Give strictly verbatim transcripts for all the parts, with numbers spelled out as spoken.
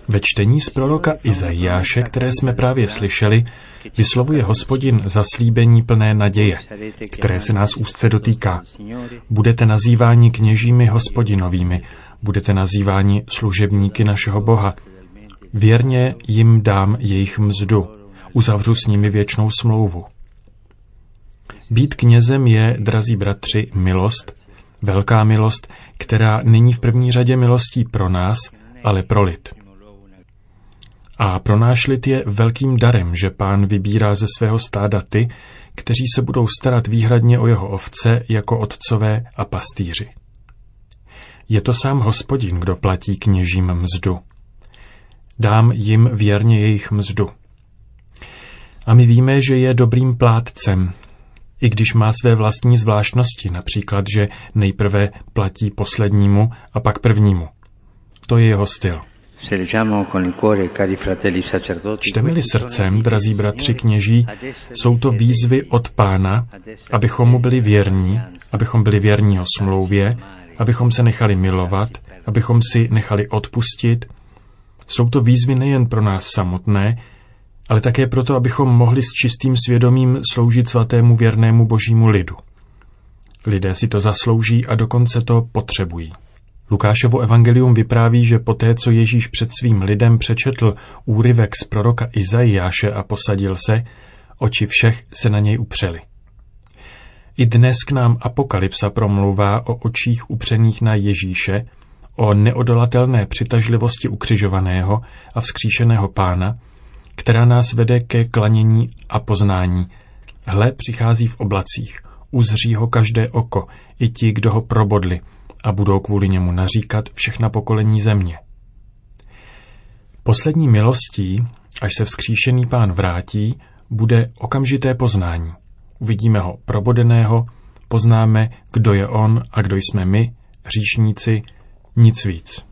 Ve čtení z proroka Izajáše, které jsme právě slyšeli, vyslovuje Hospodin zaslíbení plné naděje, které se nás úzce dotýká. Budete nazýváni kněžími Hospodinovými, budete nazýváni služebníky našeho Boha. Věrně jim dám jejich mzdu, uzavřu s nimi věčnou smlouvu. Být knězem je, drazí bratři, milost, velká milost, která není v první řadě milostí pro nás, ale pro lid. A pro náš lid je velkým darem, že Pán vybírá ze svého stáda ty, kteří se budou starat výhradně o jeho ovce jako otcové a pastýři. Je to sám Hospodin, kdo platí kněžím mzdu. Dám jim věrně jejich mzdu. A my víme, že je dobrým plátcem, i když má své vlastní zvláštnosti, například, že nejprve platí poslednímu a pak prvnímu. To je jeho styl. Čteme-li srdcem, drazí bratři kněží, jsou to výzvy od Pána, abychom mu byli věrní, abychom byli věrní o smlouvě, abychom se nechali milovat, abychom si nechali odpustit. Jsou to výzvy nejen pro nás samotné, ale také proto, abychom mohli s čistým svědomím sloužit svatému věrnému božímu lidu. Lidé si to zaslouží a dokonce to potřebují. Lukášovo evangelium vypráví, že poté, co Ježíš před svým lidem přečetl úryvek z proroka Izajáše a posadil se, oči všech se na něj upřely. I dnes k nám Apokalypsa promlouvá o očích upřených na Ježíše, o neodolatelné přitažlivosti ukřižovaného a vzkříšeného Pána, která nás vede ke klanění a poznání. Hle, přichází v oblacích, uzří ho každé oko, i ti, kdo ho probodli, a budou kvůli němu naříkat všechna pokolení země. Poslední milostí, až se vzkříšený Pán vrátí, bude okamžité poznání. Uvidíme ho probodeného, poznáme, kdo je on a kdo jsme my, hříšníci, nic víc.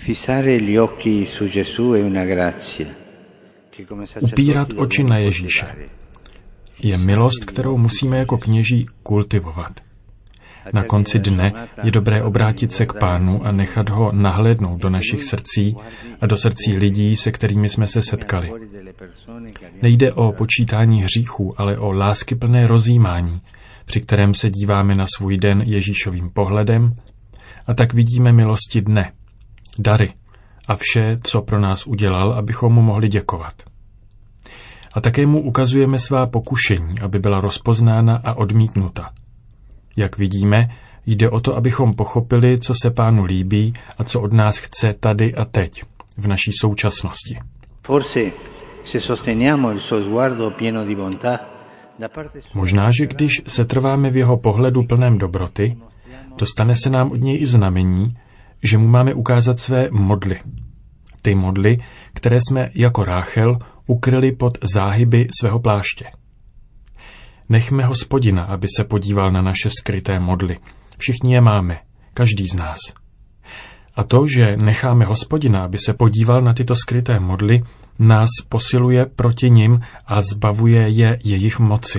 Upírat oči na Ježíše je milost, kterou musíme jako kněží kultivovat. Na konci dne je dobré obrátit se k Pánu a nechat ho nahlédnout do našich srdcí a do srdcí lidí, se kterými jsme se setkali. Nejde o počítání hříchů, ale o láskyplné rozjímání, při kterém se díváme na svůj den Ježíšovým pohledem a tak vidíme milosti dne, dary a vše, co pro nás udělal, abychom mu mohli děkovat. A také mu ukazujeme svá pokušení, aby byla rozpoznána a odmítnuta. Jak vidíme, jde o to, abychom pochopili, co se Pánu líbí a co od nás chce tady a teď, v naší současnosti. Možná, že když se trváme v jeho pohledu plném dobroty, dostane se nám od něj i znamení, že mu máme ukázat své modly. Ty modly, které jsme jako Ráchel ukryli pod záhyby svého pláště. Nechme Hospodina, aby se podíval na naše skryté modly. Všichni je máme, každý z nás. A to, že necháme Hospodina, aby se podíval na tyto skryté modly, nás posiluje proti nim a zbavuje je jejich moci.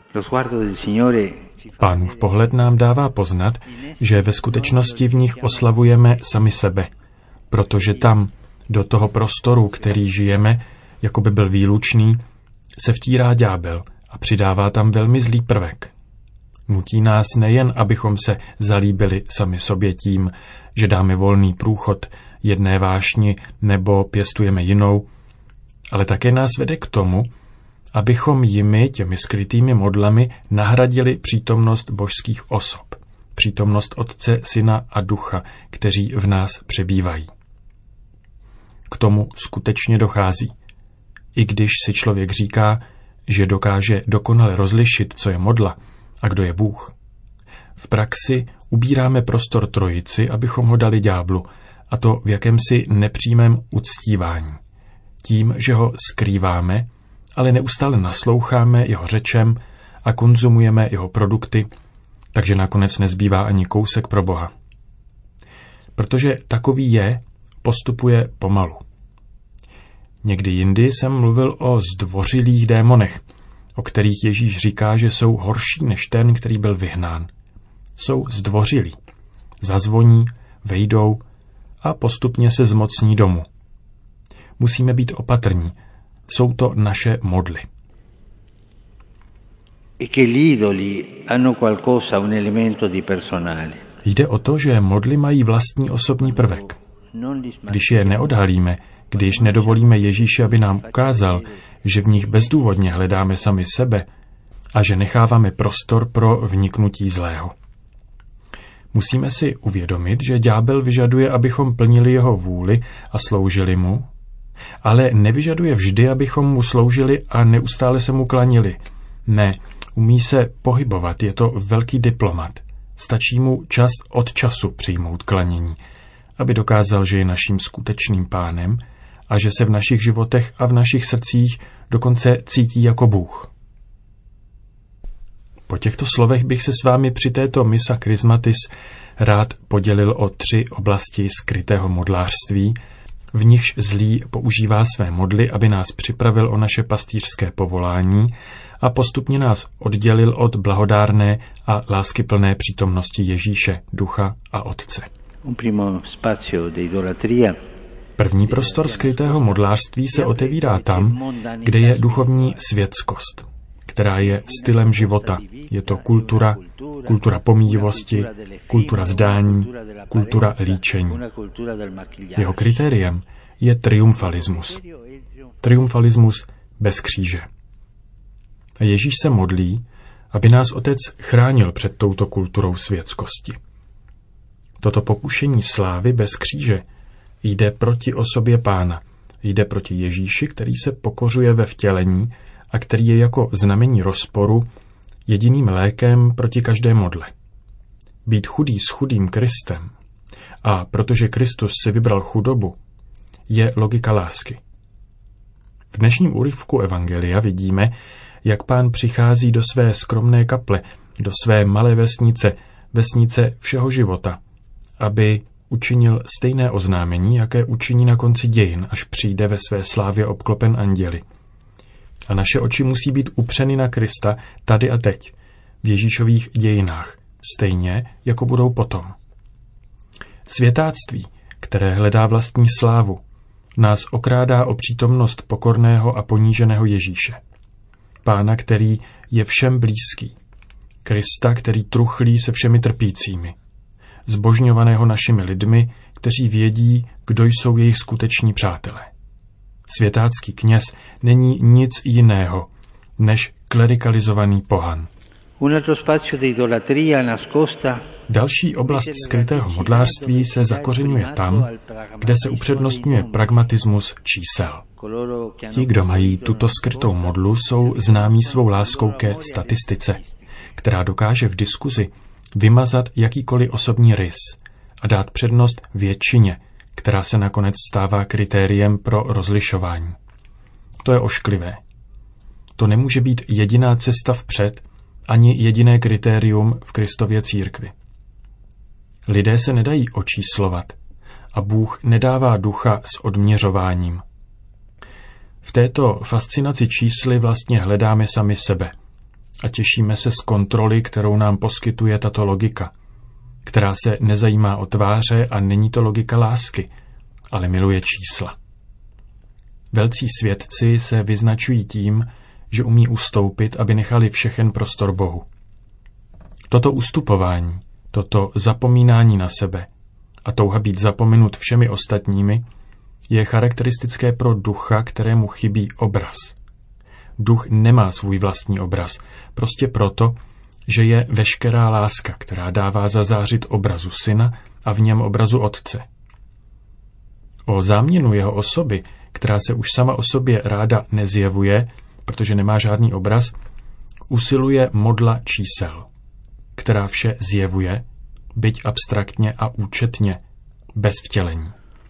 Pánův pohled nám dává poznat, že ve skutečnosti v nich oslavujeme sami sebe, protože tam, do toho prostoru, který žijeme, jako by byl výlučný, se vtírá ďábel a přidává tam velmi zlý prvek. Nutí nás nejen, abychom se zalíbili sami sobě tím, že dáme volný průchod jedné vášni nebo pěstujeme jinou, ale také nás vede k tomu, abychom jimi, těmi skrytými modlami, nahradili přítomnost božských osob, přítomnost Otce, Syna a Ducha, kteří v nás přebývají. K tomu skutečně dochází. I když si člověk říká, že dokáže dokonale rozlišit, co je modla a kdo je Bůh. V praxi ubíráme prostor trojici, abychom ho dali ďáblu, a to v jakémsi nepřímém uctívání. Tím, že ho skrýváme, ale neustále nasloucháme jeho řečem a konzumujeme jeho produkty, takže nakonec nezbývá ani kousek pro Boha. Protože takový je, postupuje pomalu. Někdy jindy jsem mluvil o zdvořilých démonech, o kterých Ježíš říká, že jsou horší než ten, který byl vyhnán. Jsou zdvořilí. Zazvoní, vejdou a postupně se zmocní domu. Musíme být opatrní. Jsou to naše modly. Jde o to, že modly mají vlastní osobní prvek. Když je neodhalíme, když nedovolíme Ježíši, aby nám ukázal, že v nich bezdůvodně hledáme sami sebe a že necháváme prostor pro vniknutí zlého. Musíme si uvědomit, že ďábel vyžaduje, abychom plnili jeho vůli a sloužili mu, ale nevyžaduje vždy, abychom mu sloužili a neustále se mu klanili. Ne, umí se pohybovat, je to velký diplomat. Stačí mu čas od času přijmout klanění, aby dokázal, že je naším skutečným pánem a že se v našich životech a v našich srdcích dokonce cítí jako Bůh. Po těchto slovech bych se s vámi při této Missa Chrismatis rád podělil o tři oblasti skrytého modlářství, v nichž zlý používá své modly, aby nás připravil o naše pastýřské povolání a postupně nás oddělil od blahodárné a láskyplné přítomnosti Ježíše, Ducha a Otce. První prostor skrytého modlářství se otevírá tam, kde je duchovní světskost, která je stylem života. Je to kultura, kultura pomíjivosti, kultura zdání, kultura líčení. Jeho kritériem je triumfalismus. Triumfalismus bez kříže. A Ježíš se modlí, aby nás Otec chránil před touto kulturou světskosti. Toto pokušení slávy bez kříže jde proti osobě Pána, jde proti Ježíši, který se pokořuje ve vtělení a který je jako znamení rozporu jediným lékem proti každé modle. Být chudý s chudým Kristem, a protože Kristus si vybral chudobu, je logika lásky. V dnešním úryvku Evangelia vidíme, jak Pán přichází do své skromné kaple, do své malé vesnice, vesnice všeho života, aby učinil stejné oznámení, jaké učiní na konci dějin, až přijde ve své slávě obklopen anděli. A naše oči musí být upřeny na Krista tady a teď, v Ježíšových dějinách, stejně jako budou potom. Světáctví, které hledá vlastní slávu, nás okrádá o přítomnost pokorného a poníženého Ježíše. Pána, který je všem blízký. Krista, který truchlí se všemi trpícími. Zbožňovaného našimi lidmi, kteří vědí, kdo jsou jejich skuteční přátelé. Světácký kněz není nic jiného, než klerikalizovaný pohan. Další oblast skrytého modlářství se zakořeňuje tam, kde se upřednostňuje pragmatismus čísel. Ti, kdo mají tuto skrytou modlu, jsou známí svou láskou ke statistice, která dokáže v diskuzi vymazat jakýkoliv osobní rys a dát přednost většině, která se nakonec stává kritériem pro rozlišování. To je ošklivé. To nemůže být jediná cesta vpřed, ani jediné kritérium v Kristově církvi. Lidé se nedají očíslovat a Bůh nedává ducha s odměřováním. V této fascinaci čísly vlastně hledáme sami sebe a těšíme se z kontroly, kterou nám poskytuje tato logika, která se nezajímá o tváře a není to logika lásky, ale miluje čísla. Velcí svědci se vyznačují tím, že umí ustoupit, aby nechali všechen prostor Bohu. Toto ustupování, toto zapomínání na sebe a touha být zapomenut všemi ostatními je charakteristické pro ducha, kterému chybí obraz. Duch nemá svůj vlastní obraz, prostě proto, že je veškerá láska, která dává zazářit obrazu syna a v něm obrazu otce. O záměnu jeho osoby, která se už sama o sobě ráda nezjevuje, protože nemá žádný obraz, usiluje modla čísel, která vše zjevuje, byť abstraktně a účetně, bez vtělení.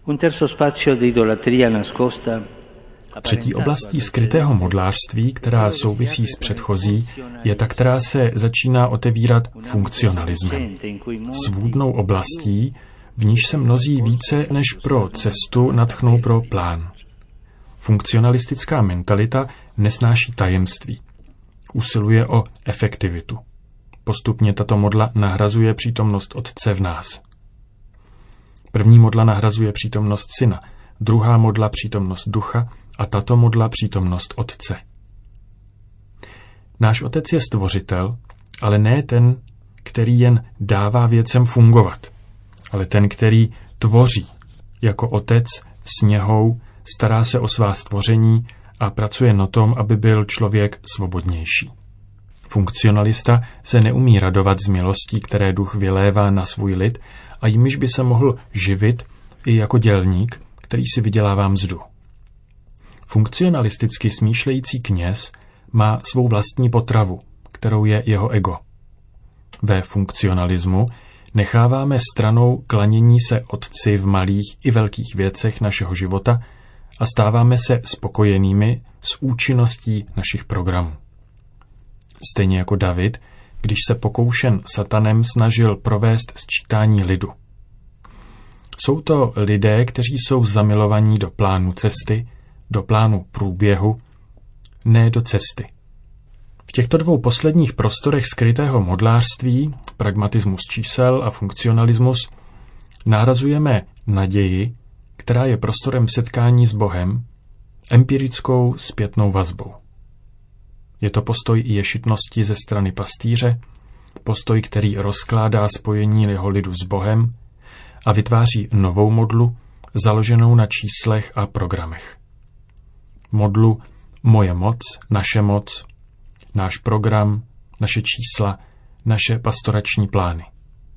Třetí oblastí skrytého modlářství, která souvisí s předchozí, je ta, která se začíná otevírat funkcionalismem. Svůdnou oblastí, v níž se mnozí více než pro cestu nadchnou pro plán. Funkcionalistická mentalita nesnáší tajemství. Usiluje o efektivitu. Postupně tato modla nahrazuje přítomnost Otce v nás. První modla nahrazuje přítomnost Syna, druhá modla přítomnost ducha a tato modla přítomnost Otce. Náš Otec je stvořitel, ale ne ten, který jen dává věcem fungovat, ale ten, který tvoří. Jako Otec s něhou stará se o svá stvoření a pracuje na tom, aby byl člověk svobodnější. Funkcionalista se neumí radovat z milostí, které duch vylévá na svůj lid a jimiž by se mohl živit i jako dělník, který si vydělává mzdu. Funkcionalisticky smýšlející kněz má svou vlastní potravu, kterou je jeho ego. Ve funkcionalismu necháváme stranou klanění se Otci v malých i velkých věcech našeho života a stáváme se spokojenými s účinností našich programů. Stejně jako David, když se pokoušen satanem snažil provést sčítání lidu. Jsou to lidé, kteří jsou zamilovaní do plánu cesty, do plánu průběhu, ne do cesty. V těchto dvou posledních prostorech skrytého modlářství, pragmatismus čísel a funkcionalismus, nahrazujeme naději, která je prostorem setkání s Bohem, empirickou zpětnou vazbou. Je to postoj ješitnosti ze strany pastýře, postoj, který rozkládá spojení jeho lidu s Bohem a vytváří novou modlu, založenou na číslech a programech. Modlu moje moc, naše moc, náš program, naše čísla, naše pastorační plány.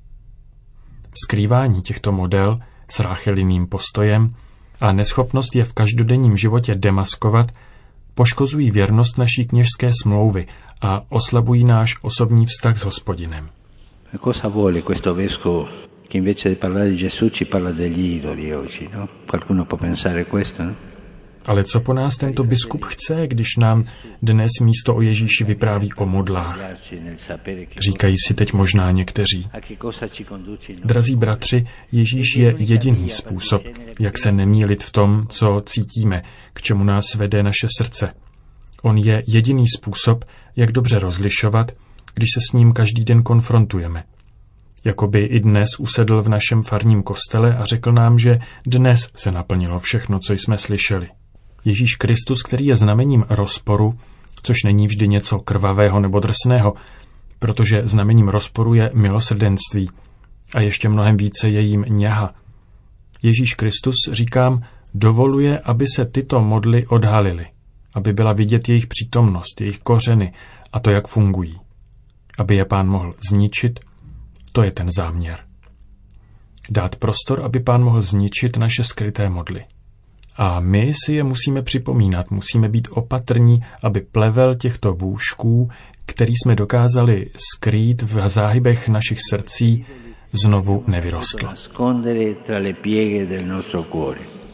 Skrývání těchto model s Rácheliným postojem a neschopnost je v každodenním životě demaskovat poškozují věrnost naší kněžské smlouvy a oslabují náš osobní vztah s Hospodinem. Cosa vuole questo vescovo che invece di parlare di Gesù ci parla degli idoli oggi, no? Qualcuno può pensare questo, no? Ale co po nás tento biskup chce, když nám dnes místo o Ježíši vypráví o modlách? Říkají si teď možná někteří. Drazí bratři, Ježíš je jediný způsob, jak se nemýlit v tom, co cítíme, k čemu nás vede naše srdce. On je jediný způsob, jak dobře rozlišovat, když se s ním každý den konfrontujeme. Jakoby i dnes usedl v našem farním kostele a řekl nám, že dnes se naplnilo všechno, co jsme slyšeli. Ježíš Kristus, který je znamením rozporu, což není vždy něco krvavého nebo drsného, protože znamením rozporu je milosrdenství a ještě mnohem více je jím něha. Ježíš Kristus, říkám, dovoluje, aby se tyto modly odhalily, aby byla vidět jejich přítomnost, jejich kořeny a to, jak fungují. Aby je Pán mohl zničit, to je ten záměr. Dát prostor, aby Pán mohl zničit naše skryté modly. A my si je musíme připomínat, musíme být opatrní, aby plevel těchto bůžků, který jsme dokázali skrýt v záhybech našich srdcí, znovu nevyrostl.